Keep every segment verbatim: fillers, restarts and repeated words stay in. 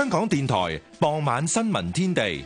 港電台傍晚新聞天地。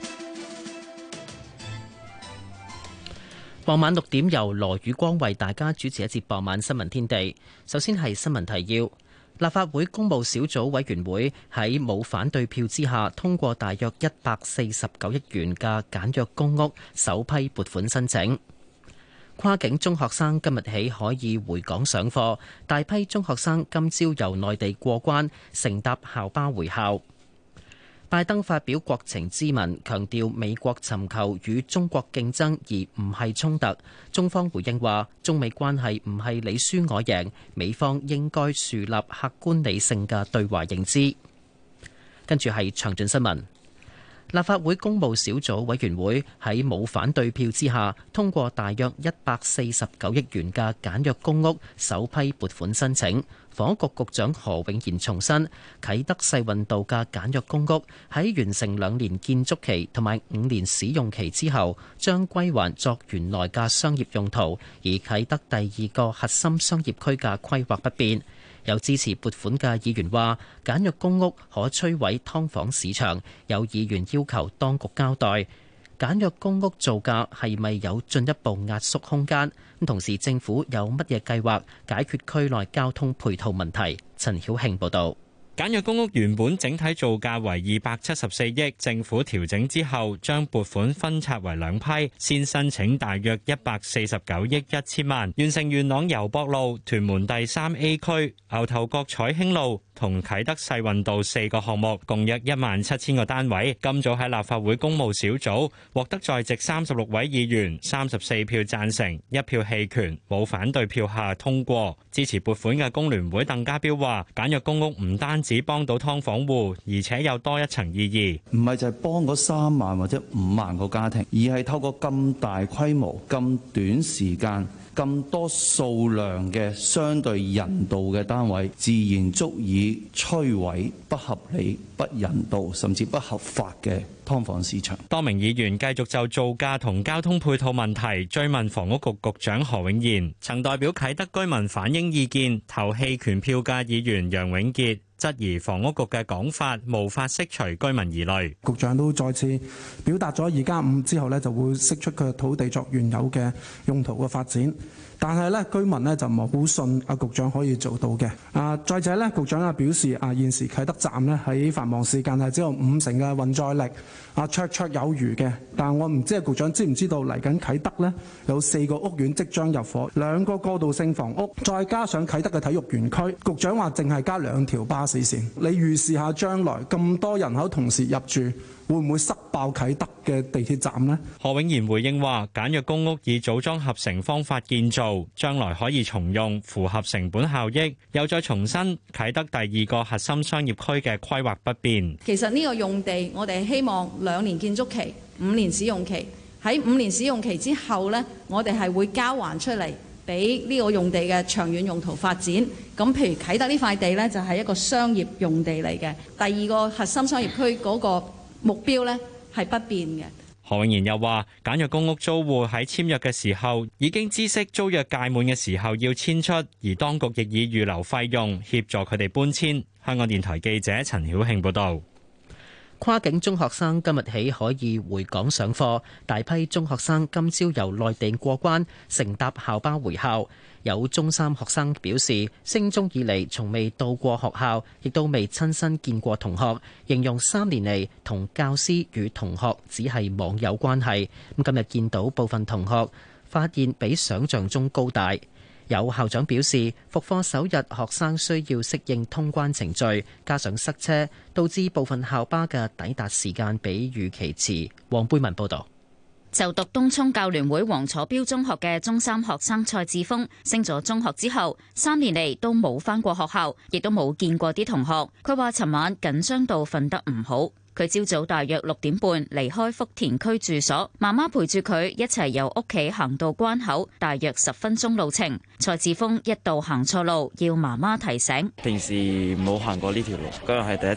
傍晚六點由羅宇光為大家主持一節傍晚新聞天地。首先係新聞提要：立法會公務小組委員會喺冇反對票之下通過大約一百四十九億元嘅簡約公屋首批撥款申請。跨境中學生今日起可以回港上課，大批中學生今朝由內地過關，乘搭校巴回校。拜登發表國情咨文，強調美國尋求與中國競爭而唔係衝突。中方回應話，中美關係唔係你輸我贏，美方應該樹立客觀理性嘅對華認知。跟住係詳盡新聞。立法會公務小組委員會喺冇反對票之下通過大約一百四十九億元嘅簡約公屋首批撥款申請。房屋局局長何永賢重申，啟德世運道嘅簡約公屋喺完成兩年建築期同埋五年使用期之後，將歸還作原來嘅商業用途，而啟德第二個核心商業區嘅規劃不變。有支持撥款嘅議員話，簡約公屋可摧毀劏房市場，有議員要求當局交代簡約公屋造價係咪有進一步壓縮空間？同時政府有乜嘢計劃解決區內交通配套問題？陳曉慶報導。 簡約公屋原本整體造價為二百七十四億，政府調整之後將撥款分拆為兩批，先申請大約一百四十九億一千萬，完成元朗油博路、屯門第三 A 區、牛頭角彩興路同啟德世運道四個項目，共約一萬七千個單位。今早喺立法會公務小組獲得在席三十六位議員三十四票贊成，一票棄權，冇反對票下通過。支持撥款嘅工聯會鄧家彪話，簡約公屋唔單只幫到劏房戶，而且有多一層意義。 唔係就係幫嗰三萬或者五萬個家庭，而係透過咁大規模、咁短時間、咁多數量嘅相對人道嘅單位，自然足以摧毀不合理、不人道甚至不合法嘅劏房市場。 多名議員繼續就造價同交通配套問題追問房屋局局長何永賢。曾代表啟德居民反映意見投棄權票嘅議員楊永傑質疑房屋局嘅講法無法釋除居民疑慮。 局長都再次表達咗二加五之後呢，就會釋出佢土地作原有嘅用途嘅發展。但係咧，居民呢就唔係好信阿局長可以做到嘅。啊，再者咧，局長啊表示啊，現時啟德站呢喺繁忙時間係只有五成嘅運載力，啊綽綽有餘嘅。但我唔知係局長知唔知道嚟緊啟德呢有四個屋苑即將入伙，兩個過渡性房屋，再加上啟德嘅體育園區。局長話淨係加兩條巴士線，你預示下將來咁多人口同時入住，會唔會塞爆啟德嘅地鐵站呢？ 何永賢回應話，簡約公屋以組裝合成方法建造，將來可以重用，符合成本效益。又再重申啟德第二個核心商業區嘅規劃不變。 其實呢個用地，我哋希望兩年建築期、五年使用期。喺五年使用期之後呢，我哋係會交還出嚟俾呢個用地嘅長遠用途發展。咁譬如啟德呢塊地呢，就係一個商業用地嚟嘅。第二個核心商業區嗰個目標呢係不變嘅。 何永賢又話，簡約公屋租戶喺簽約嘅時候已經知悉租約屆滿嘅時候要遷出，而當局亦已預留費用協助佢哋搬遷。香港電台記者陳曉慶報導。 跨境中學生今日起可以回港上課，大批中學生今朝由內地過關，乘搭校巴回校。有中三學生表示，升中以嚟從未到過學校，亦都未親身見過同學，形容三年嚟同教師與同學只係網友關係。咁今日見到部分同學，發現比想像中高大。有校長表示，復課首日學生需要適應通關程序，加上塞車，導致部分校巴嘅抵達時間比預期遲。黃貝文報導。 就讀東涌教聯會黃楚標中學嘅中三學生蔡志峰，升咗中學之後，三年嚟都冇返過學校，亦都冇見過啲同學。佢話尋晚緊張到瞓得唔好。佢朝早大約六點半離開福田區住所，媽媽陪住佢一齊由屋企行到關口，大約十分鐘路程。蔡志峰一度行錯路，要媽媽提醒。 平時冇行過呢條路，嗰日係第一次行。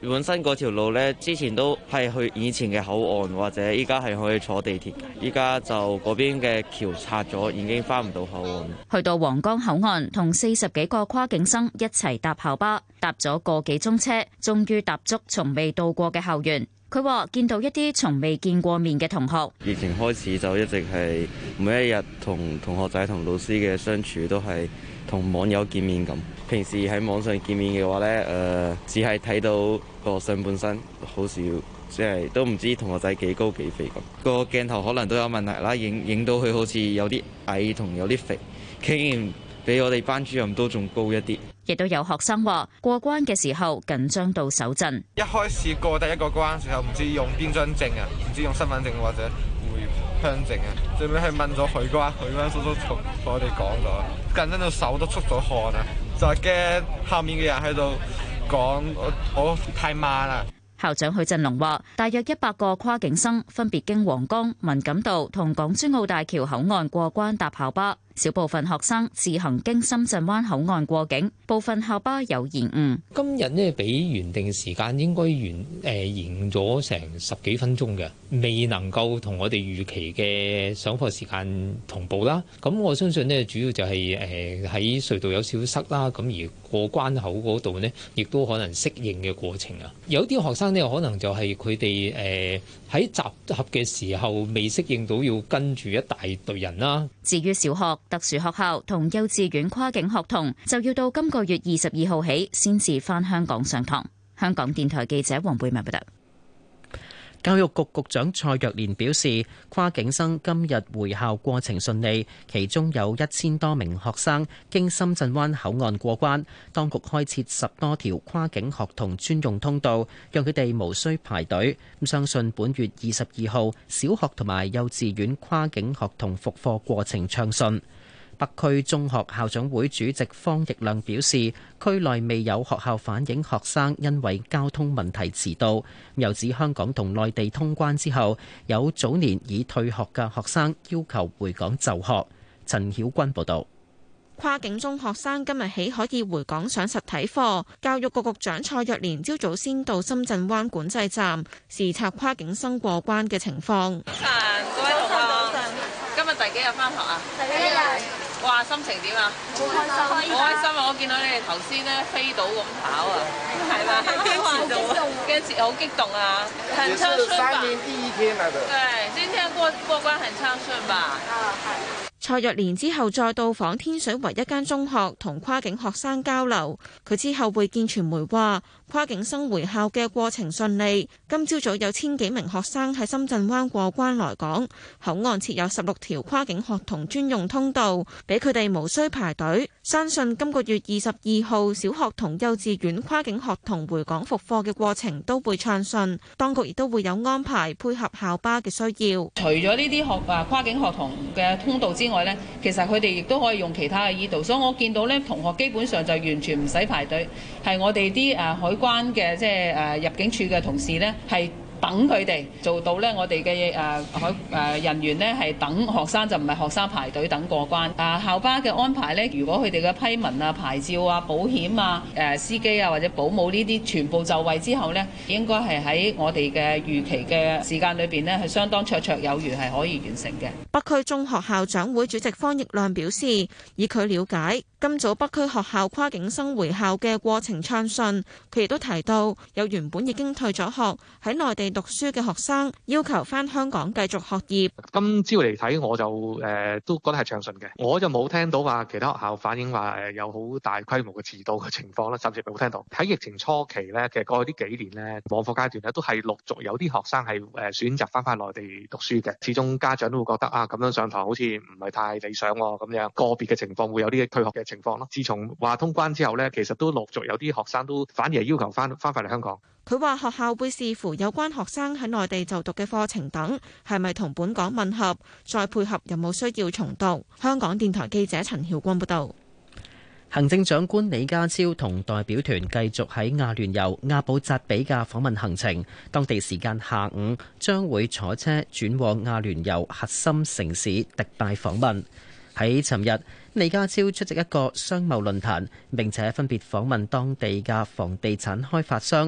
本身嗰條路呢，之前都係去以前嘅口岸，或者依家係可以坐地鐵。依家就嗰邊嘅橋拆咗，已經翻唔到口岸。 去到皇崗口岸，同四十幾個跨境生一齊搭校巴，搭咗個幾鐘車，終於踏足從未到過嘅校園。佢話見到一啲從未見過面嘅同學。 疫情開始就一直係每一日同同學仔同老師嘅相處都係同網友見面咁。平時喺網上見面嘅話呢，誒、呃、只係睇到個上半身，好少，即係都唔知同學仔幾高幾肥咁。個鏡頭可能都有問題啦，影影到佢好似有啲矮同有啲肥，竟然比我哋班主任都仲高一啲。 亦都有學生話過關嘅時候緊張到手震。 一開始過第一個關嘅時候，唔知用邊張證啊，唔知用身份證或者回鄉證啊，最尾係問咗許關，許關叔叔同我哋講咗，緊張到手都出咗汗啊，就係驚後面嘅人喺度講我我太慢啦。 校長許振龍話，大約一百個跨境生分別經皇崗、文錦渡同港珠澳大橋口岸過關搭校巴。少部分學生自行經深圳灣口岸過境，部分校巴有延誤。 今日呢，比原定時間應該延誒延咗成十幾分鐘嘅，未能夠同我哋預期嘅上課時間同步啦。咁我相信呢，主要就係誒喺隧道有少少塞啦，咁而過關口嗰度呢，亦都可能適應嘅過程啊。有啲學生呢，可能就係佢哋誒喺集合嘅時候未適應到要跟住一大隊人啦。 至於小學、特殊學校同幼稚園跨境學童，就要到今個月二十二號起先至返香港上堂。香港電台記者黃貝文報道。 教育局局長蔡若蓮表示，跨境生今日回校過程順利，其中有一千多名學生經深圳灣口岸過關。當局開設十多條跨境學童專用通道，讓佢哋無需排隊。咁相信本月二十二號小學同埋幼稚園跨境學童復課過程暢順。北區中學校長會主席方奕亮表示，區內未有學校反映學生因為交通問題遲到。又指香港同內地通關之後，有早年已退學嘅學生要求回港就學。陳曉君報導。 跨境中學生今日起可以回港上實體課。教育局局長蔡若蓮朝早先到深圳灣管制站視察跨境生過關嘅情況。 早晨，各位同學，今日第幾日返學啊？第一日。哇，心情點啊？好開心，好開心啊！我見到你哋頭先咧飛到咁跑啊，係嘛？好激動，跟住好激動啊！很暢順吧？三年第一天嚟的。對，今天過過關很暢順吧？啊，係。 蔡若蓮之後再到訪天水圍一間中學，同跨境學生交流。佢之後會見傳媒話，跨境生回校嘅過程順利。今朝早有千幾名學生喺深圳灣過關來港，口岸設有十六條跨境學童專用通道，俾佢哋無需排隊。相信今個月二十二號小學同幼稚園跨境學童回港復課嘅過程都會暢順。當局亦都會有安排配合校巴嘅需要。 除咗呢啲學啊跨境學童嘅通道之外呢，其實佢哋亦都可以用其他嘅 e 道，所以我見到呢同學基本上就完全唔使排隊，係我哋啲誒海關嘅即係誒入境處嘅同事呢係等佢哋做到呢，我哋嘅誒海誒人員呢係等學生，就唔係學生排隊等過關。啊校巴嘅安排呢，如果佢哋嘅批文啊、牌照啊、保險啊、誒司機啊或者保姆呢啲全部就位之後呢，應該係喺我哋嘅預期嘅時間裏邊呢，係相當綽綽有餘，係可以完成嘅。 北區中學校長會主席方奕亮表示，以佢了解，今早北區學校跨境生回校嘅過程暢順。佢亦都提到，有原本已經退咗學喺內地讀書嘅學生要求返香港繼續學業。 今朝嚟睇，我就誒、呃、都覺得係暢順嘅，我就冇聽到話其他學校反映話誒有好大規模嘅遲到嘅情況啦，甚至冇聽到。喺疫情初期咧，其實過去呢幾年咧，網課階段咧都係陸續有啲學生係誒選擇返返內地讀書嘅。始終家長都會覺得啊，咁樣上堂好似唔係太理想喎，咁樣個別嘅情況會有啲退學嘅情況咯。自從話通關之後咧，其實都陸續有啲學生都反而係要求返返返嚟香港。 佢話學校會視乎有關學生喺內地就讀嘅課程等係咪同本港吻合，再配合有冇需要重讀。香港電台記者陳曉君報導。 行政長官李家超同代表團繼續喺阿聯酋阿布扎比嘅訪問行程，當地時間下午將會坐車轉往阿聯酋核心城市迪拜訪問。喺尋日，李家超出席一個商貿論壇，並且分別訪問當地嘅房地產開發商、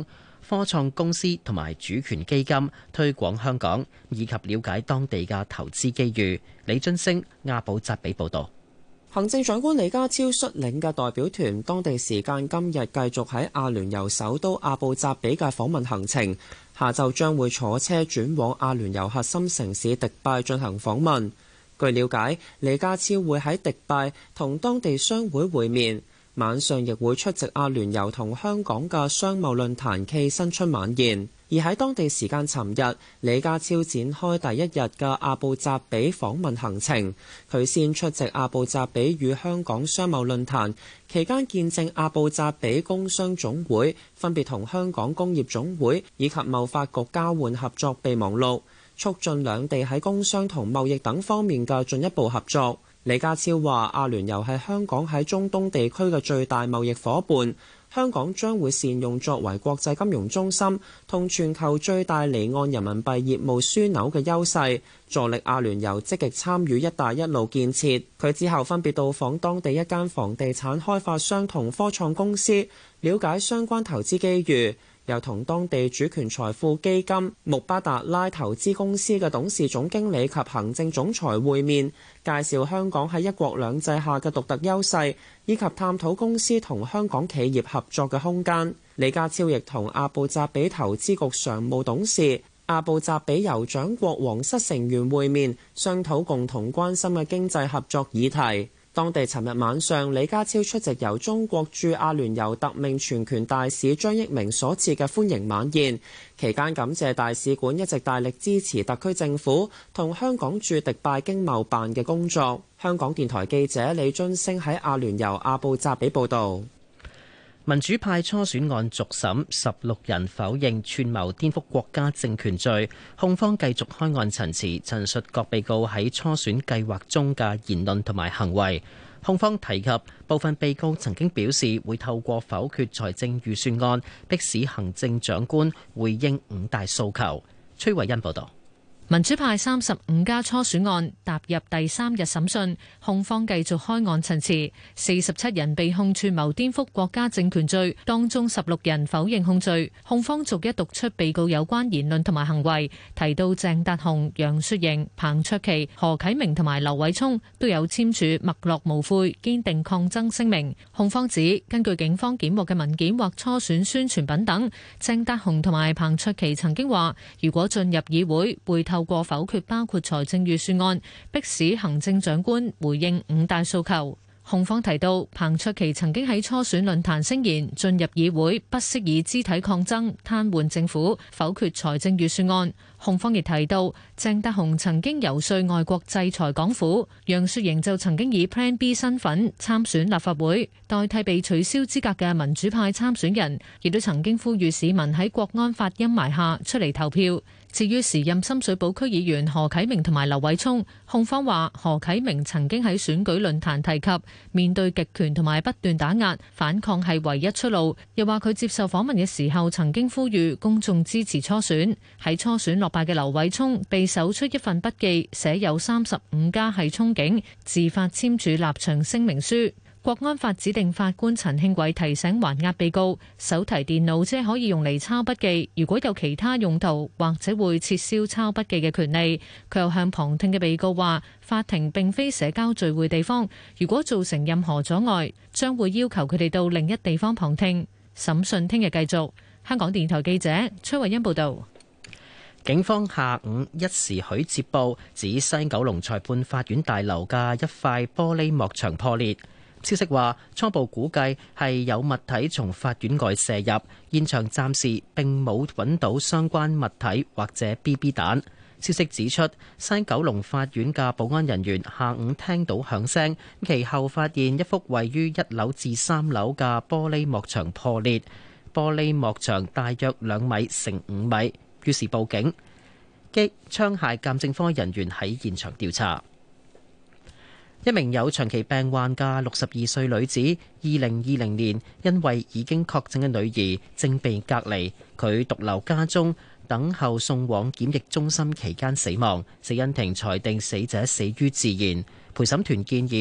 科創公司同埋主權基金推廣香港，以及了解當地嘅投資機遇。李津升、亞寶澤比報導。 行政長官李家超率領嘅代表團，當地時間今日繼續喺阿聯酋首都阿布扎比嘅訪問行程，下晝將會坐車轉往阿聯酋核心城市迪拜進行訪問。據了解，李家超會喺迪拜同當地商會會面，晚上亦會出席阿聯酋同香港嘅商貿論壇暨新春晚宴。而喺當地時間尋日，李家超展開第一日嘅阿布扎比訪問行程。佢先出席阿布扎比與香港商貿論壇，期間見證阿布扎比工商總會分別同香港工業總會以及貿發局交換合作備忘錄，促進兩地喺工商同貿易等方面嘅進一步合作。李家超話：阿聯酋係香港喺中東地區嘅最大貿易夥伴。香港將會善用作為國際金融中心同全球最大離岸人民幣業務樞紐嘅優勢，助力阿聯酋積極參與「一帶一路」建設。佢之後分別到訪當地一間房地產開發商同科創公司，了解相關投資機遇。又同當地主權財富基金穆巴達拉投資公司嘅董事總經理及行政總裁會面，介紹香港喺一國兩制下嘅獨特優勢，以及探討公司同香港企業合作嘅空間。李家超亦同阿布扎比投資局常務董事、阿布扎比酋長國皇室成員會面，商討共同關心嘅經濟合作議題。當地尋日晚上，李家超出席由中國駐阿聯酋特命全權大使張益明所設嘅歡迎晚宴，期間感謝大使館一直大力支持特區政府同香港駐迪拜經貿辦嘅工作。香港電台記者李津升喺阿聯酋阿布扎比報導。 民主派初選案續審，十六人否認串謀顛覆國家政權罪，控方繼續開案陳詞，陳述各被告喺初選計劃中嘅言論同埋行為。控方提及部分被告曾經表示會透過否決財政預算案，迫使行政長官回應五大訴求。崔慧欣報導。 民主派三十五家初選案踏入第三日審訊，控方繼續開案陳詞。四十七人被控串謀顛覆國家政權罪，當中十六人否認控罪。控方逐一讀出被告有關言論同埋行為，提到鄭達鴻、楊雪盈、彭卓棋、何啟明同埋劉偉聰都有簽署墨落無悔、堅定抗爭聲明。控方指，根據警方檢獲嘅文件或初選宣傳品等，鄭達鴻同埋彭卓棋曾經話，如果進入議會會透過否決包括財政預算案，迫使行政長官回應五大訴求。控方提到，彭卓棋曾經喺初選論壇聲言，進入議會不惜以肢體抗爭癱瘓政府，否決財政預算案。控方亦提到，鄭達鴻曾經游說外國制裁港府，楊雪盈就曾經以 Plan B 身份參選立法會，代替被取消資格嘅民主派參選人，亦都曾經呼籲市民喺國安法陰霾下出嚟投票。至於時任深水埗區議員何啟明同埋劉偉聰，控方話何啟明曾經喺選舉論壇提及，面對極權同埋不斷打壓，反抗係唯一出路。又話佢接受訪問嘅時候曾經呼籲公眾支持初選。喺初選落敗嘅劉偉聰被搜出一份筆記，寫有三十五家係憧憬，自發簽署立場聲明書。國安法指定法官陳慶偉提醒還押被告，手提電腦只可以用嚟抄筆記，如果有其他用途，或者會撤銷抄筆記嘅權利。佢又向旁聽嘅被告話，法庭並非社交聚會地方，如果造成任何阻礙，將會要求佢哋到另一地方旁聽。審訊聽日繼續。香港電台記者崔慧欣報道。 警方下午一時許接報，指西九龍裁判法院大樓嘅一塊玻璃幕牆破裂。消息話，初步估計係有物體從法院外射入，現場暫時並冇揾到相關物體或者 B B 彈。消息指出，西九龍法院嘅保安人員下午聽到響聲，其後發現一幅位於一樓至三樓嘅玻璃幕牆破裂，玻璃幕牆大約兩米乘五米，於是報警。擊槍械鑑證科人員喺現場調查。一名有長期病患嘅六十二歲女子，二零二零年因為已經確診嘅女兒正被隔離，佢獨留家中等候送往檢疫中心期間死亡。死因庭裁定死者死於自然。陪審團建議，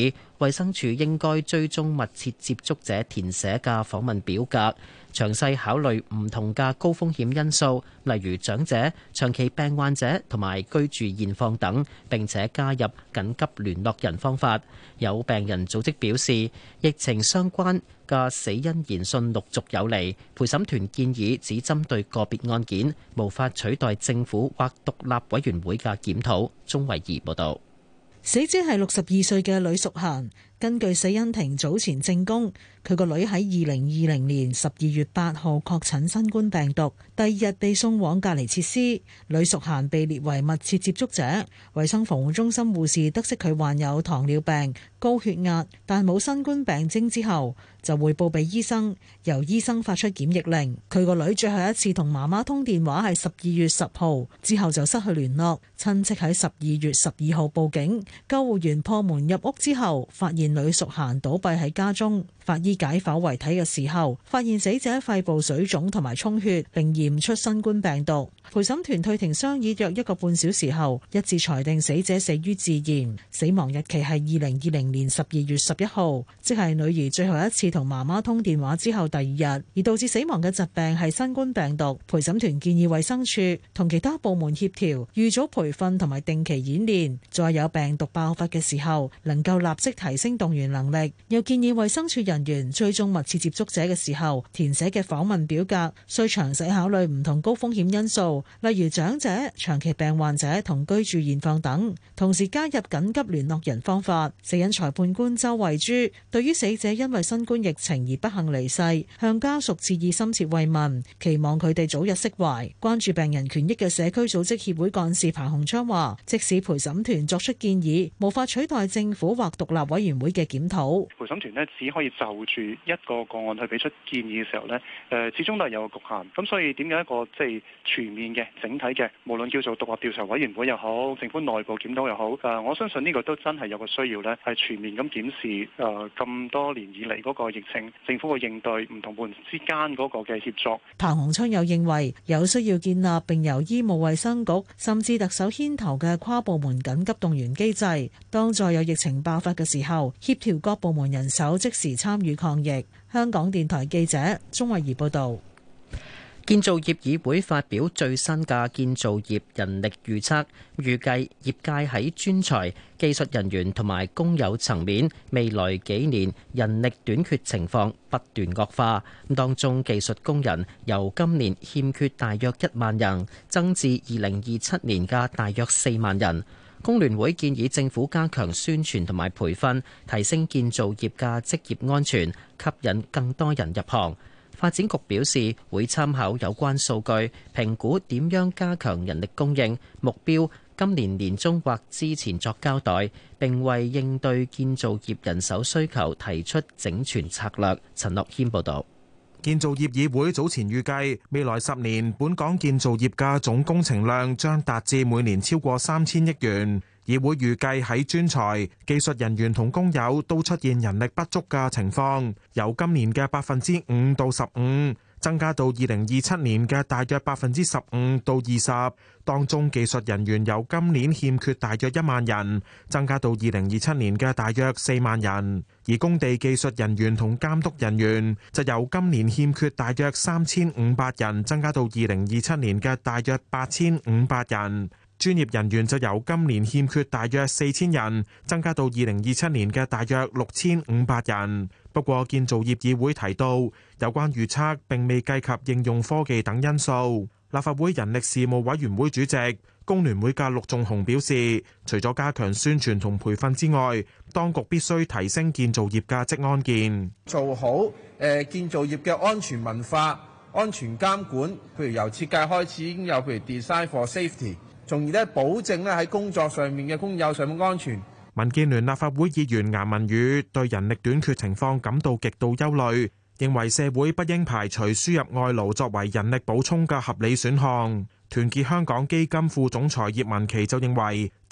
衛生署應該追蹤密切接觸者填寫嘅訪問表格，詳細考慮唔同嘅高風險因素，例如長者、長期病患者同埋居住現況等，並且加入緊急聯絡人方法。有病人組織表示，疫情相關嘅死因研訊陸續有嚟，陪審團建議只針對個別案件，無法取代政府或獨立委員會嘅檢討。鍾慧儀報導。 死者係六十二歲嘅呂淑嫻，根據死因庭早前證供，佢個女喺二零二零年十二月八號確診新冠病毒，第二日被送往隔離設施。呂淑嫻被列為密切接觸者。衛生防護中心護士得悉佢患有糖尿病、高血壓，但冇新冠病徵之後，就匯報俾醫生，由醫生發出檢疫令。佢個女最後一次同媽媽通電話係十二月十號，之後就失去聯絡。親戚喺十二月十二號報警，救護員破門入屋之後，發現呂淑嫻倒斃喺家中。法醫解剖遺體嘅時候，發現死者肺部水腫同埋充血，並驗出新冠病毒。陪審團退庭商議約一個半小時後，一致裁定死者死於自然，死亡日期係二零二零年十二月十一號，即係女兒最後一次同媽媽通電話之後第二日。而導致死亡嘅疾病係新冠病毒。陪審團建議衛生署同其他部門協調，預早培訓同埋定期演練，再有病毒爆發嘅時候能夠立即提升動員能力。又建議衛生署人員追蹤密切接觸者嘅時候，填寫嘅訪問表格需詳細考慮唔同高風險因素，例如長者、長期病患者同居住現況等，同時加入緊急聯絡人方法。死因裁判官周慧珠對於死者因為新冠疫情而不幸離世，向家屬致以深切慰問，期望佢哋早日釋懷。關注病人權益嘅社區組織協會幹事彭鴻昌話，即使陪審團作出建議，無法取代政府或獨立委員會嘅檢討。 陪審團呢只可以就住一個個案去俾出建議嘅時候呢，誒始終都係有個局限。咁所以點解一個即係全面嘅整體嘅，無論叫做獨立調查委員會又好，政府內部檢討又好，誒我相信呢個都真係有個需要呢，係全面咁檢視誒咁多年以嚟嗰個疫情，政府嘅應對唔同部門之間嗰個嘅協作。 彭鴻昌又認為有需要建立並由醫務衛生局甚至特首牽頭嘅跨部門緊急動員機制，當再有疫情爆發嘅時候，協調各部門人手即時參與抗疫。香港電台記者鍾慧儀報道。 建造業議會發表最新嘅建造業人力預測，預計業界喺專才、技術人員同埋工友層面，未來幾年人力短缺情況不斷惡化。當中技術工人由今年欠缺大約一萬人，增至二零二七年嘅大約四萬人。工聯會建議政府加強宣傳同埋培訓，提升建造業嘅職業安全，吸引更多人入行。發展局表示會參考有關數據，評估點樣加強人力供應，目標今年年中或之前作交代，並為應對建造業人手需求提出整全策略。陳樂軒報導。 建造業議會早前預計，未來十年本港建造業嘅總工程量將達至每年超過三千億元。議會預計喺專才、技術人員同工友都出現人力不足嘅情況，由今年嘅百分之五到十五，增加到二零二七年嘅大約百分之十五到二十。當中技術人員由今年欠缺大約一萬人，增加到二零二七年嘅大約四萬人。而工地技術人員同監督人員就由今年欠缺大約三千五百人，增加到二零二七年嘅大約八千五百人。專業人員就由今年欠缺大約四千人，增加到二零二七年嘅大約六千五百人。不過建造業議會提到，有關預測並未計及應用科技等因素。立法會人力事務委員會主席工聯會嘅陸頌雄表示，除咗加強宣傳同培訓之外，當局必須提升建造業嘅職安健， 做好誒建造業嘅安全文化、安全監管。譬如由設計開始已經有，譬如 design for safety。從而咧保證咧喺工作上面嘅工友上面安全。 民建聯立法會議員顏文宇對人力短缺情況感到極度憂慮，認為社會不應排除輸入外勞作為人力補充嘅合理選項。團結香港基金副總裁葉文琪就認為，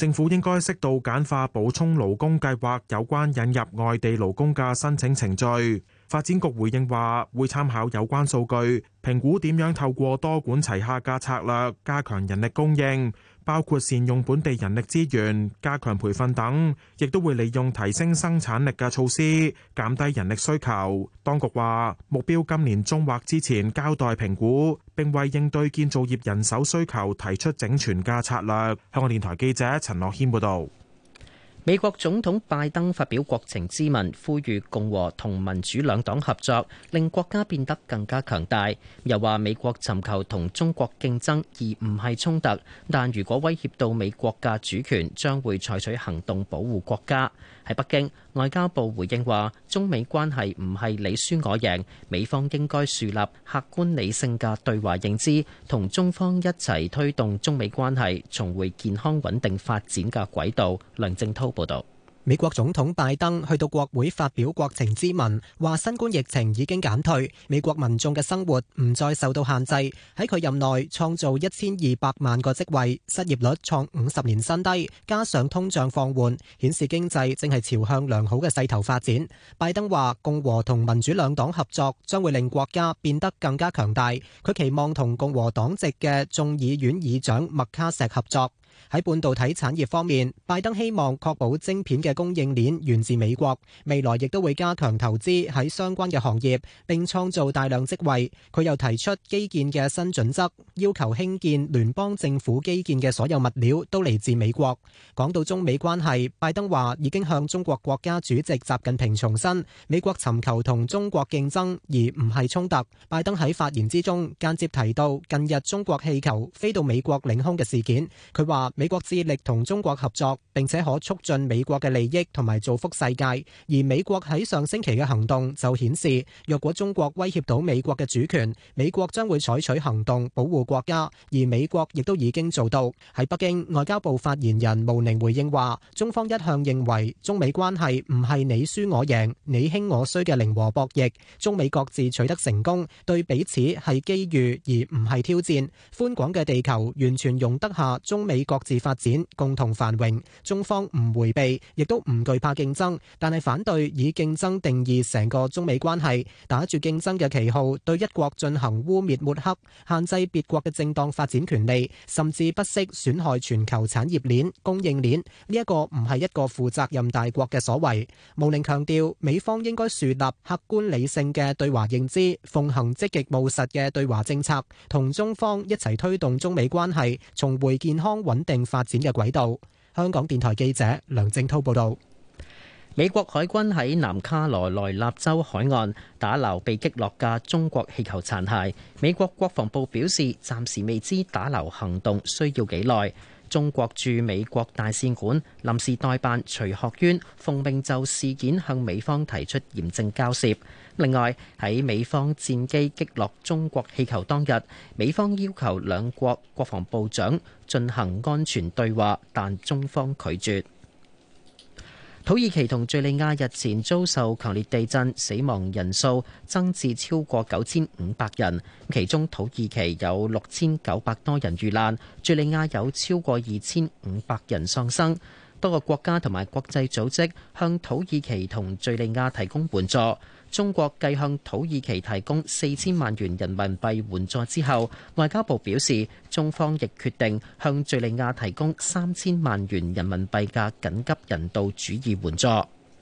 政府應該適度簡化補充勞工計劃有關引入外地勞工嘅申請程序。發展局回應話，會參考有關數據，評估點樣透過多管齊下嘅策略加強人力供應，包括善用本地人力資源、加強培訓等，亦都會利用提升生產力嘅措施，減低人力需求。當局話，目標今年中或之前交代評估，並為應對建造業人手需求提出整全嘅策略。香港電台記者陳樂軒報導。 美國總統拜登發表國情咨文，呼籲共和同民主兩黨合作，令國家變得更加強大。又話美國尋求同中國競爭，而唔係衝突。但如果威脅到美國嘅主權，將會採取行動保護國家。喺北京，外交部回應話，中美關係唔係你輸我贏，美方應該樹立客觀理性嘅對華認知，同中方一齊推動中美關係重回健康穩定發展嘅軌道。梁正滔報導。 美國總統拜登去到國會發表國情咨文，話新冠疫情已經減退，美國民眾嘅生活唔再受到限制。喺佢任內創造一千二百萬個職位，失業率創五十年新低，加上通脹放緩，顯示經濟正係朝向良好嘅勢頭發展。拜登話共和同民主兩黨合作將會令國家變得更加強大。佢期望同共和黨籍嘅眾議院議長麥卡錫合作。喺半導體產業方面，拜登希望確保晶片嘅供應鏈源自美國，未來亦都會加強投資喺相關嘅行業，並創造大量職位。佢又提出基建嘅新準則，要求興建聯邦政府基建嘅所有物料都嚟自美國。講到中美關係，拜登話已經向中國國家主席習近平重申，美國尋求同中國競爭而唔係衝突。拜登喺發言之中間接提到近日中國氣球飛到美國領空嘅事件，佢話美國致力同中國合作，並且可促進美國嘅利益同埋造福世界。而美國喺上星期嘅行動就顯示，若果中國威脅到美國嘅主權，美國將會採取行動保護國家。而美國亦都已經做到。喺北京，外交部發言人毛寧回應話，中方一向認為中美關係唔係你輸我贏、你興我衰嘅零和博弈，中美各自取得成功，對彼此係機遇而唔係挑戰。寬廣嘅地球完全容得下中美各自發展，共同繁榮。中方唔迴避，亦都唔懼怕競爭，但係反對以競爭定義成個中美關係，打住競爭嘅旗號對一國進行污衊抹黑，限制別國嘅正當發展權利，甚至不惜損害全球產業鏈、供應鏈。呢一個唔係一個負責任大國嘅所為。毛寧強調，美方應該樹立客觀理性嘅對華認知，奉行積極務實嘅對華政策，同中方一齊推動中美關係重回健康穩定發展嘅軌道。香港電台記者梁正滔報導。 美國海軍喺南卡羅來納州海岸打撈被擊落嘅中國氣球殘骸。美國國防部表示，暫時未知打撈行動需要幾耐。中國駐美國大使館臨時代辦徐學淵奉命就事件向美方提出嚴正交涉。另外，喺美方戰機擊落中國氣球當日，美方要求兩國國防部長進行安全對話，但中方拒絕。土耳其同敘利亞日前遭受強烈地震，死亡人數增至超過九千五百人，其中土耳其有六千九百多人遇難，敘利亞有超過二千五百人喪生。多個國家同埋國際組織向土耳其同敘利亞提供援助。中國繼向土耳其提供四千萬元人民幣援助之後，外交部表示，中方亦決定向敘利亞提供三千萬元人民幣嘅緊急人道主義援助。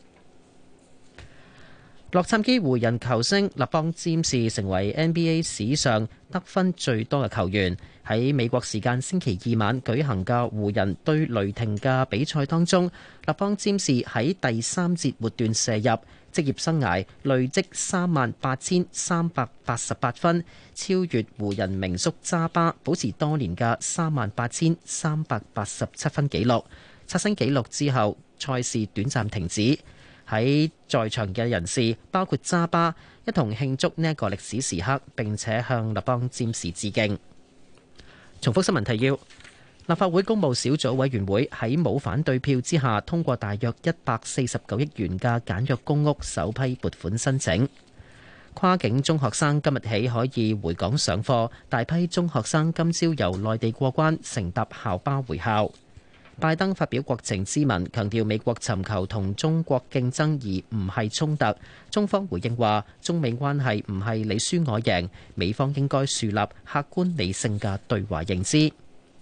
洛杉磯湖人球星勒邦詹士成為 N B A 史上得分最多嘅球員。喺美國時間星期二晚舉行嘅湖人對雷霆嘅比賽當中，勒邦詹士喺第三節末段射入，職業生涯累積三萬八千三百八十八分，超越湖人名宿扎巴保持多年嘅三萬八千三百八十七分紀錄。刷新紀錄之後，賽事短暫停止。喺在場嘅人士包括扎巴一同慶祝呢一個歷史時刻，並且向勒邦詹士致敬。重複新聞提要：立法會公務小組委員會喺冇反對票之下通過大約一百四十九億元嘅簡約公屋首批撥款申請。跨境中學生今日起可以回港上課，大批中學生今朝由內地過關，乘搭校巴回校。 拜登發表國情咨文，強調美國尋求同中國競爭而唔係衝突。中方回應話，中美關係唔係你輸我贏，美方應該樹立客觀理性嘅對華認知。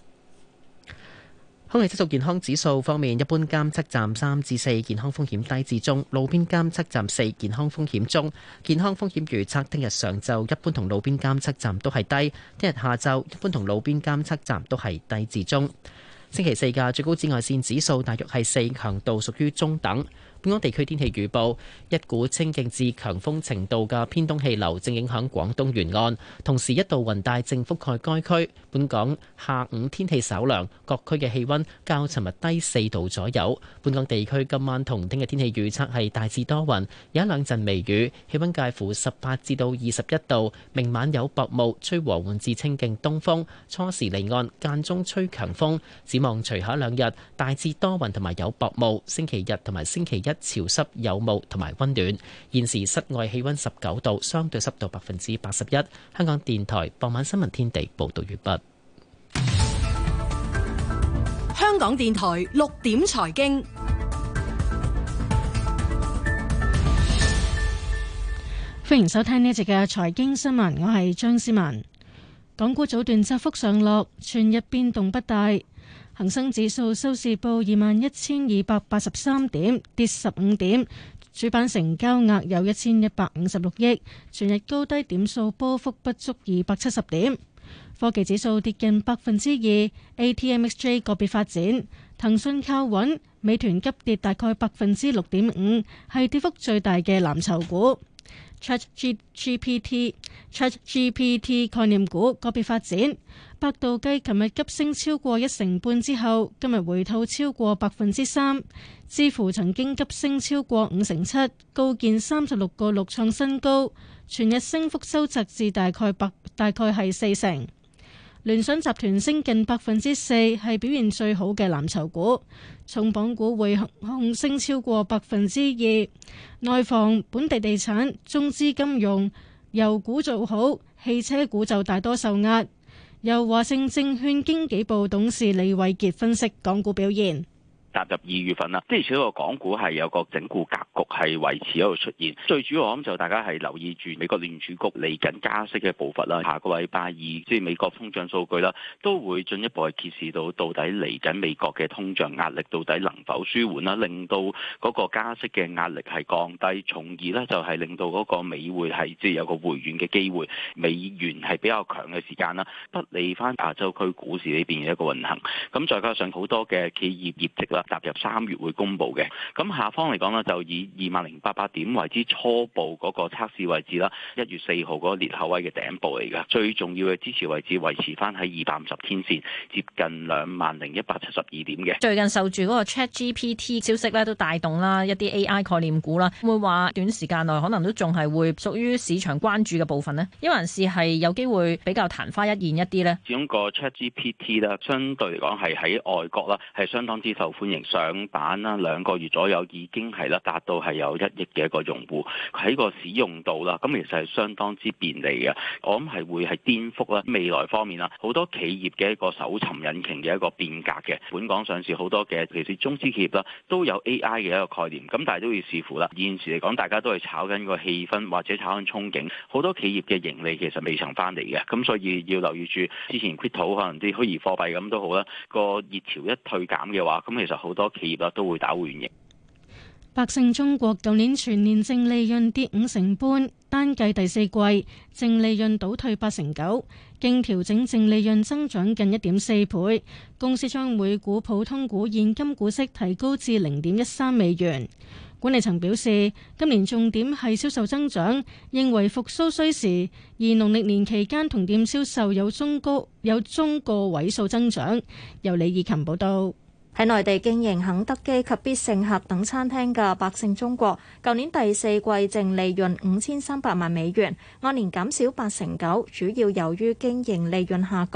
空氣質素健康指數方面，一般監測站三至四，健康風險低至中；路邊監測站四，健康風險中。健康風險預測聽日上晝一般同路邊監測站都係低，聽日下晝一般同路邊監測站都係低至中。星期四嘅最高紫外線指數大約係四，強度屬於中等。本港地區天氣預報，一股清勁至強風程度嘅偏東氣流正影響廣東沿岸，同時一道雲帶正覆蓋該區。本港下午天氣稍涼，各區嘅氣溫較尋日低四度左右。本港地區今晚同聽日天氣預測係大致多雲，有一兩陣微雨，氣溫介乎十八至到二十一度。明晚有薄霧，吹和緩至清勁東風，初時離岸，間中吹強風。展望隨後兩日大致多雲同埋有薄霧，星期日同埋星期一潮濕有霧同埋溫暖。現時室外氣溫十九度，相對濕度百分之八十一。香港電台傍晚新聞天地報道完畢。 香港電台六點財經， 歡迎收聽呢一節嘅財經新聞，我係張思文。港股早段窄幅上落，全日變動不大。恒生指數收市報二萬一千二百八十三點，跌十五點。主板成交額有一千一百五十六億，全日高低點數波幅不足二百七十點。科技指數跌近百分之二 ，A T M X J 個別發展，騰訊靠穩，美團急跌大概百分之六點五，係跌幅最大嘅藍籌股。ChatGPT、ChatGPT 概念股個別發展，百度繼琴日急升超過一成半之後，今日回吐超過百分之三。知乎曾經急升超過五成七，高見三十六個六創新高，全日升幅收窄至大概百大概係四成。聯想集團升近百分之四，係表現最好嘅藍籌股。重磅股匯控升超過百分之二，內房、本地地產、中資金融、油股做好，汽車股就大多受壓。由華盛證券經紀部董事李偉傑分析港股表現。 踏入二月份啦，即係似個港股係有個整固格局係維持喺度出現。最主要我諗就大家係留意住美國聯儲局嚟緊加息嘅步伐啦。下個禮拜二即係美國通脹數據啦，都會進一步係揭示到到底嚟緊美國嘅通脹壓力到底能否舒緩啦，令到嗰個加息嘅壓力係降低，從而咧就係令到嗰個美匯係即係有個回軟嘅機會。美元係比較強嘅時間啦，不利翻亞洲區股市呢邊嘅一個運行。咁再加上好多嘅企業業績啦，踏入三月會公布嘅，咁下方嚟講呢，就以二萬零八百點為之初步嗰個測試位置啦，一月四號嗰個裂口位嘅頂部嚟㗎，最重要嘅支持位置維持翻喺二百五十天線，接近兩萬零一百七十二點嘅。 最近受住嗰個 ChatGPT 消息咧，都帶動啦一啲 A I 概念股啦，會話短時間內可能都仲係會屬於市場關注嘅部分呢？因為還是係有機會比較曇花一現一啲呢？ 始終個 ChatGPT 啦，相對嚟講係喺外國啦，係相當之受歡迎。上版啦，兩個月左右已經係啦，達到係有一億嘅一個用戶喺個使用度啦，咁其實係相當之便利嘅。我諗係會係顛覆啦未來方面啦，好多企業嘅一個搜尋引擎嘅一個變革嘅。本港上市好多嘅其實中資企業啦，都有 A I 嘅一個概念，咁但係都要視乎啦。現時嚟講，大家都係炒緊個氣氛或者炒緊憧憬，好多企業嘅盈利其實未曾翻嚟嘅，咁所以要留意住之前 crypto 可能啲虛擬貨幣咁都好啦，個熱潮一退減嘅話，咁其實好多企業啦都會打回原形。 百勝中國舊年全年淨利潤跌五成半，單計第四季淨利潤倒退八成九，經調整淨利潤增長近一點四倍。公司將每股普通股現金股息提高至零點一三美元。管理層表示，今年重點係銷售增長，認為復甦需時，而農曆年期間同店銷售有中高有中個位數增長。由李以琴報道。 喺內地經營肯德基及必勝客等餐廳嘅百勝中國，舊年第四季淨利潤五千三百萬美元，按年減少八成九，主要由於經營利潤下降。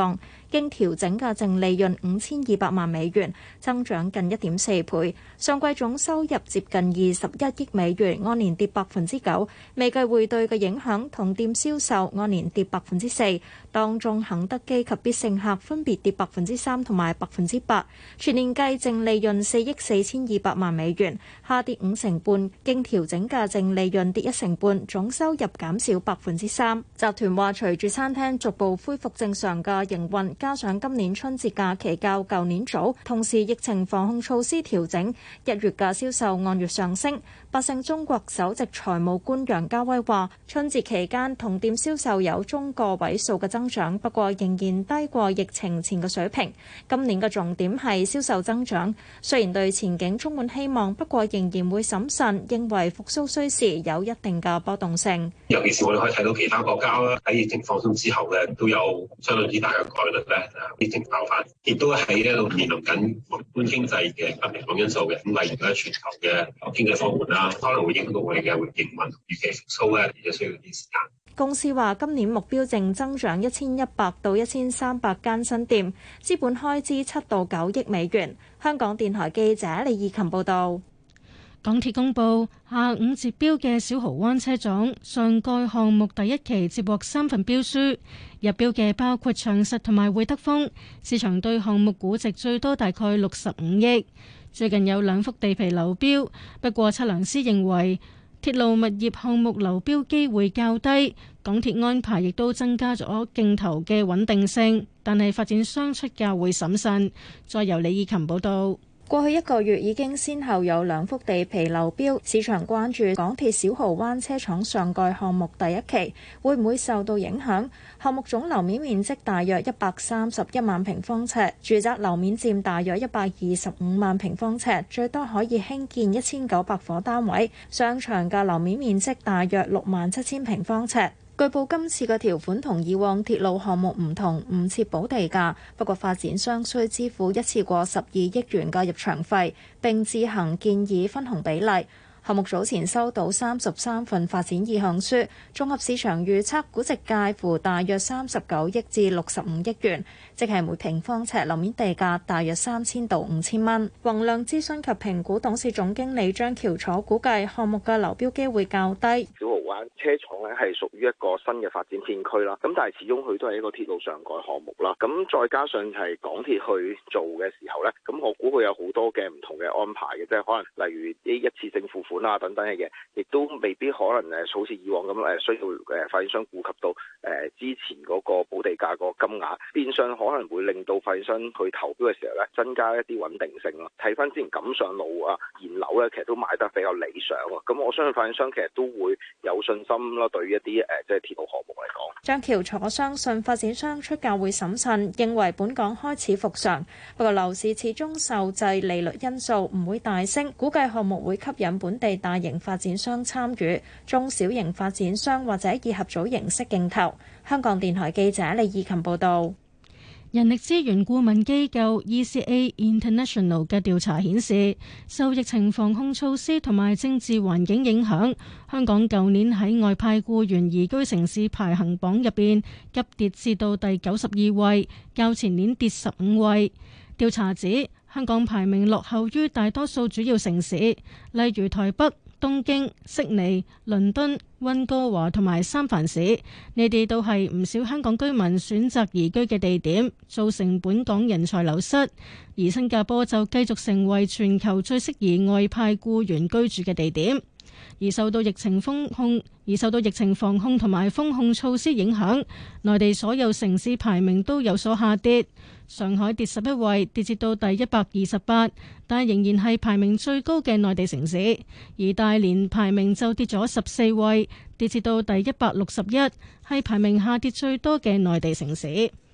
經調整嘅淨利潤五千二百萬美元，增長近一點四倍。上季總收入接近二十一億美元，按年跌百分之九，未計匯兌嘅影響，同店銷售按年跌百分之四。當中肯德基及必勝客分別跌百分之三同埋百分之八。全年計淨利潤四億四千二百萬美元，下跌五成半，經調整嘅淨利潤跌一成半，總收入減少百分之三。集團話，隨住餐廳逐步恢復正常嘅營運，加上今年春節假期較舊年早，同時疫情防控措施調整，一月嘅銷售按月上升。百勝中國首席財務官楊家威話，春節期間同店銷售有中個位數嘅增長，不過仍然低過疫情前嘅水平。今年嘅重點係銷售增長，雖然對前景充滿希望，不過仍然會審慎，認為復甦需時，有一定嘅波動性。 尤其是我哋可以睇到其他國家啦，喺疫情放鬆之後咧，都有相當之大嘅概率咧，疫情爆發，亦都喺一度面臨緊宏觀經濟嘅不明朗因素嘅。咁例如咧，全球嘅經濟放緩啦，可能會影響到我哋嘅營運預期復甦咧，而且需要啲時間。 公司話今年目標淨增長一千一百到一千三百間新店，資本開支七到九億美元。香港電台記者李義琴報道。 港鐵公布下午截標嘅小蠔灣車廠上蓋項目第一期接獲三份標書，入標嘅包括長實同埋會德豐，市場對項目估值最多大概六十五億。最近有兩幅地皮流標，不過測量師認為鐵路物業項目流標機會較低，港鐵安排亦都增加咗競投嘅穩定性，但係發展商出價會審慎。再由李以琴報道。 過去一個月已經先後有兩幅地皮流標，市場關注港鐵小蠔灣車廠上蓋項目第一期會唔會受到影響。項目總樓面面積大約一百三十一萬平方尺，住宅樓面佔大約一百二十五萬平方尺，最多可以興建一千九百伙單位。商場嘅樓面面積大約六萬七千平方尺。據報今次嘅條款同以往鐵路項目唔同，唔設補地價，不過發展商需支付一次過十二億元嘅入場費，並自行建議分紅比例。項目早前收到三十三份發展意向書，綜合市場預測估值介乎大約三十九億至六十五億元，即係每平方尺樓面地價大約三千到五千蚊。宏亮諮詢及評估董事總經理張喬楚估計項目嘅流標機會較低。 小蠔灣車廠咧係屬於一個新嘅發展片區啦，咁但係始終佢都係一個鐵路上蓋項目啦，咁再加上係港鐵去做嘅時候咧，咁我估佢有好多嘅唔同嘅安排嘅，即係可能例如啲一次性付款啊等等嘅嘢，亦都未必可能誒好似以往咁誒需要誒發展商顧及到誒之前嗰個補地價個金額，變相可能會令到發展商去投標嘅時候咧增加一啲穩定性咯。睇翻之前錦上路啊現樓咧，其實都賣得比較理想啊，咁我相信發展商其實都會有信心咯，對於一啲誒即係鐵路項目嚟講。 張橋楚相信發展商出價會審慎，認為本港開始復常，不過樓市始終受制利率因素，唔會大升，估計項目會吸引本地大型發展商參與，中小型發展商或者以合組形式競投。香港電台記者李義琴報道。 人力資源顧問機構 E C A International 嘅調查顯示，受疫情防控措施同埋政治環境影響，香港舊年喺外派僱員宜居城市排行榜入邊急跌至到第九十二位，較前年跌十五位。調查指香港排名落後於大多數主要城市，例如台北、東京、悉尼、倫敦、溫哥華同埋三藩市，呢啲都係唔少香港居民選擇移居嘅地點，造成本港人才流失。而新加坡就繼續成為全球最適宜外派僱員居住嘅地點。而受到疫情封控，而受到疫情防控同埋封控措施影響，內地所有城市排名都有所下跌。上海跌十一位，跌至到第一百二十八，但仍然係排名最高嘅內地城市。而大連排名就跌咗十四位，跌至到第一百六十一，係排名下跌最多嘅內地城市。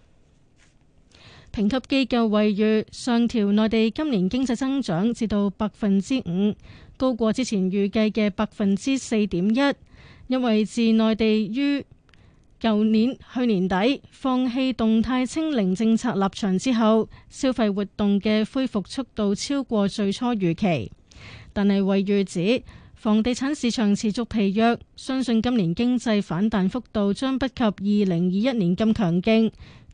評級機構惠譽上調內地今年經濟增長至到百分之五，高過之前預計嘅百分之四點一，因為自內地於舊年去年底放棄動態清零政策立場之後，消費活動嘅恢復速度超過最初預期。但係惠譽指房地產市場持續疲弱，相信今年經濟反彈幅度將不及二零二一年咁強勁。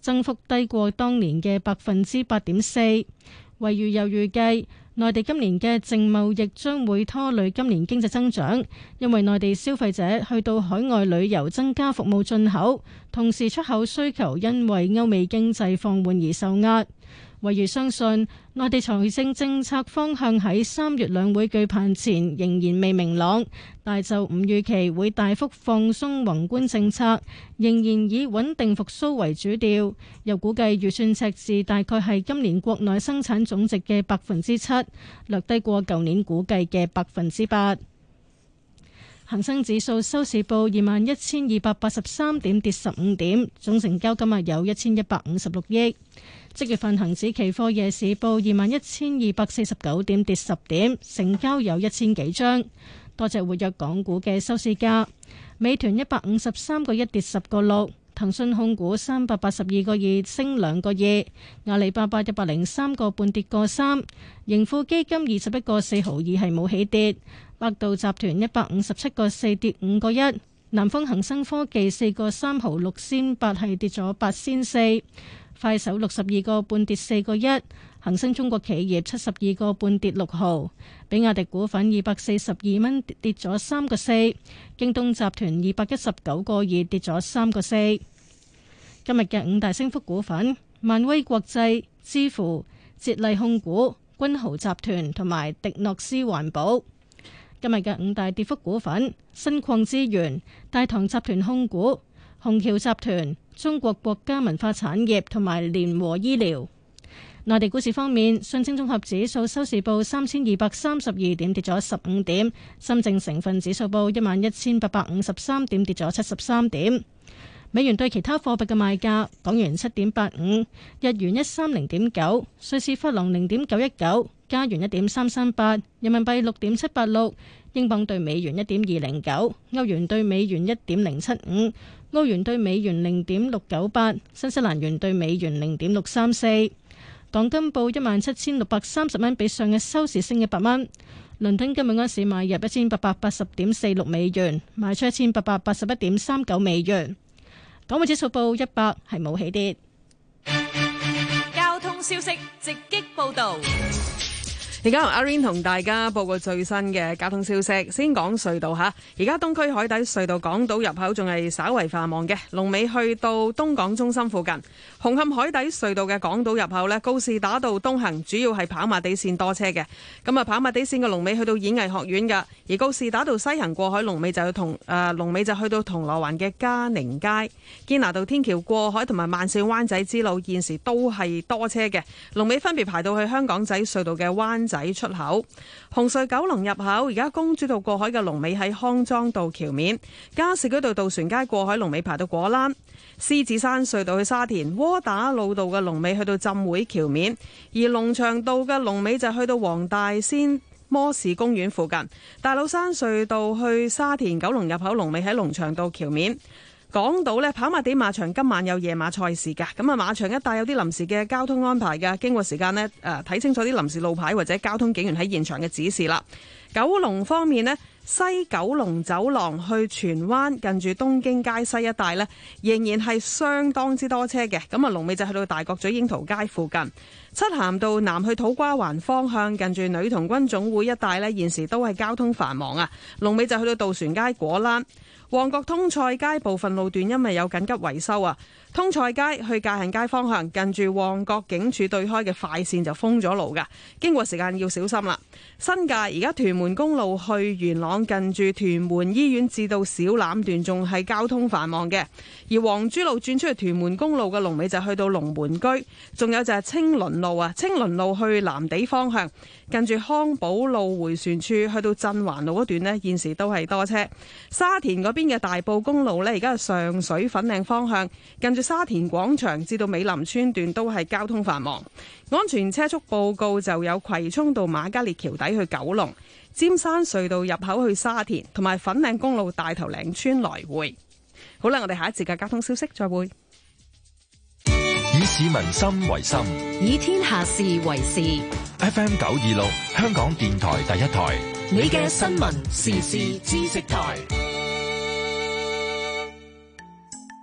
增幅低過當年嘅百分之八點四。惠譽又預計，內地今年嘅淨貿易將會拖累今年經濟增長，因為內地消費者去到海外旅遊增加服務進口，同時出口需求因為歐美經濟放緩而受壓。惠譽相信，內地財政政策方向喺三月兩會舉辦前仍然未明朗，但就唔預期會大幅放鬆宏觀政策，仍然以穩定復甦為主調。又估計預算赤字大概係今年國內生產總值嘅百分之七，略低過舊年估計嘅百分之八。恒生指數收市報二萬一千二百八十三點，跌十五點，總成交今日有一千一百五十六億。即月份恒指期貨夜市報二萬一千二百四十九點，跌十點，成交有一千幾張。多隻活躍港股嘅收市價：美團一百五十三個一跌十個六，騰訊控股三百八十二個二升兩個二，阿里巴巴一百零三個半跌個三，盈富基金二十一個四毫二係冇起跌，百度集團一百五十七個四跌五個一，南方恒生科技四個三毫六仙八係跌咗八仙四。快手六十二個半跌四個一，恒生中國企業七十二個半跌六毫，比亞迪股份二百四十二蚊跌咗三個四，京東集團二百一十九個二跌咗三個四。今日嘅五大升幅股份：萬威國際、支付、捷麗控股、君豪集團同埋迪諾斯環保。今日嘅五大跌幅股份：新礦資源、大唐集團控股、虹橋集團、中國國家文化產業同埋聯和醫療。內地股市方面，上證綜合指數收市報三千二百三十二點，跌咗十五點；深證成分指數報一萬一千八百五十三點，跌咗七十三點。美元對其他貨幣嘅賣價：港元七點八五，日元一三零點九，瑞士法郎零點九一九，加元一點三三八，人民幣六點七八六，英鎊對美元一點二零九，歐元對美元一點零七五。澳元兌美元零點六九八，新西蘭元兌美元零點六三四。港金報一萬七千六百三十蚊，比上日收市升一百蚊。倫敦今日安市買入一千八百八十點四六美元，賣出一千八百八十一點三九美元。港匯指數報一百，係冇起跌。 交通消息直擊報道。而家由阿 Rain 同大家報告最新嘅交通消息。先講隧道吓，而家東區海底隧道港島入口仲係稍為繁忙嘅，龍尾去到東港中心附近。紅磡海底隧道嘅港島入口呢，告士打道東行主要係跑馬地線多車嘅，咁啊跑馬地線嘅龍尾去到演藝學院噶，而告士打道西行過海龍尾就要同誒龍尾就去到銅鑼灣嘅嘉寧街。堅拿道天橋過海同埋慢線灣仔之路現時都係多車嘅，龍尾分別排到去香港仔隧道嘅灣仔出口。紅隧九龍入口而家公主道過海嘅龍尾喺康莊道橋面，加士居道渡船街過海龍尾排到果欄。獅子山隧道去沙田窩打老道嘅龍尾去到浸會橋面，而龍翔道嘅龍尾就去到黃大仙摩士公園附近。大老山隧道去沙田九龍入口龍尾喺龍翔道橋面。講到呢跑馬地馬場今晚有夜馬賽事㗎，咁啊馬場一帶有啲臨時嘅交通安排㗎，經過時間呢，誒睇清楚啲臨時路牌或者交通警員喺現場嘅指示啦。九龍方面呢，西九龍走廊去荃灣近住東京街西一帶呢，仍然係相當之多車嘅，咁啊龍尾就去到大角咀櫻桃街附近。漆咸道南去土瓜灣方向近住女童軍總會一帶呢，現時都係交通繁忙啊，龍尾就去到渡船街果欄。旺角通菜街部分路段因為有緊急維修啊，通菜街去界限街方向近住旺角警署對開嘅快線就封咗路噶，經過時間要小心啦。新界而家屯門公路去元朗近住屯門醫院至到小欖段仲係交通繁忙嘅，而黃珠路轉出去屯門公路嘅龍尾就去到龍門居，仲有就係青倫路啊，青倫路去藍地方向近住康寶路迴旋處去到振環路嗰段呢，現時都係多車。沙田嗰邊嘅大埔公路呢，而家係上水粉嶺方向近住沙田廣場至到美林村段都係交通繁忙。安全車速報告就有葵涌道瑪嘉烈橋底去九龍、尖山隧道入口去沙田，同埋粉嶺公路大頭嶺村來回。好啦，我哋下一節嘅交通消息再會。 以市民心為心， 以天下事為事。 F M 九二六香港電台第一台， 你嘅新聞時事知識台。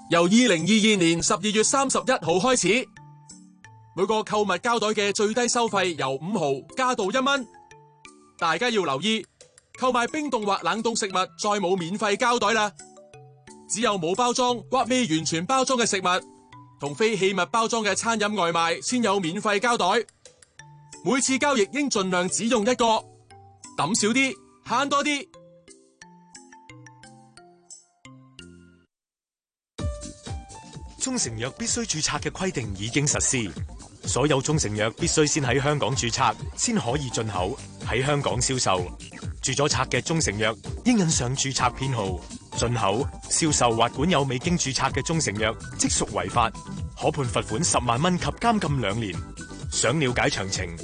由二零二二年十二月三十一號開始，每個購物膠袋嘅最低收費由五毫加到一蚊。大家要留意，購買冰凍或冷凍食物再冇免費膠袋啦，只有冇包裝或未完全包裝嘅食物同非器物包裝嘅餐飲外賣先有免費膠袋。每次交易應盡量只用一個，抌少啲，慳多啲。 中成藥必須註冊嘅規定已經實施，所有中成藥必須先喺香港註冊，先可以進口，喺香港銷售。註咗冊嘅中成藥應印上註冊編號。進口、銷售或管有未經註冊嘅中成藥，即屬違法，可判罰款十萬蚊及監禁兩年。想了解詳情，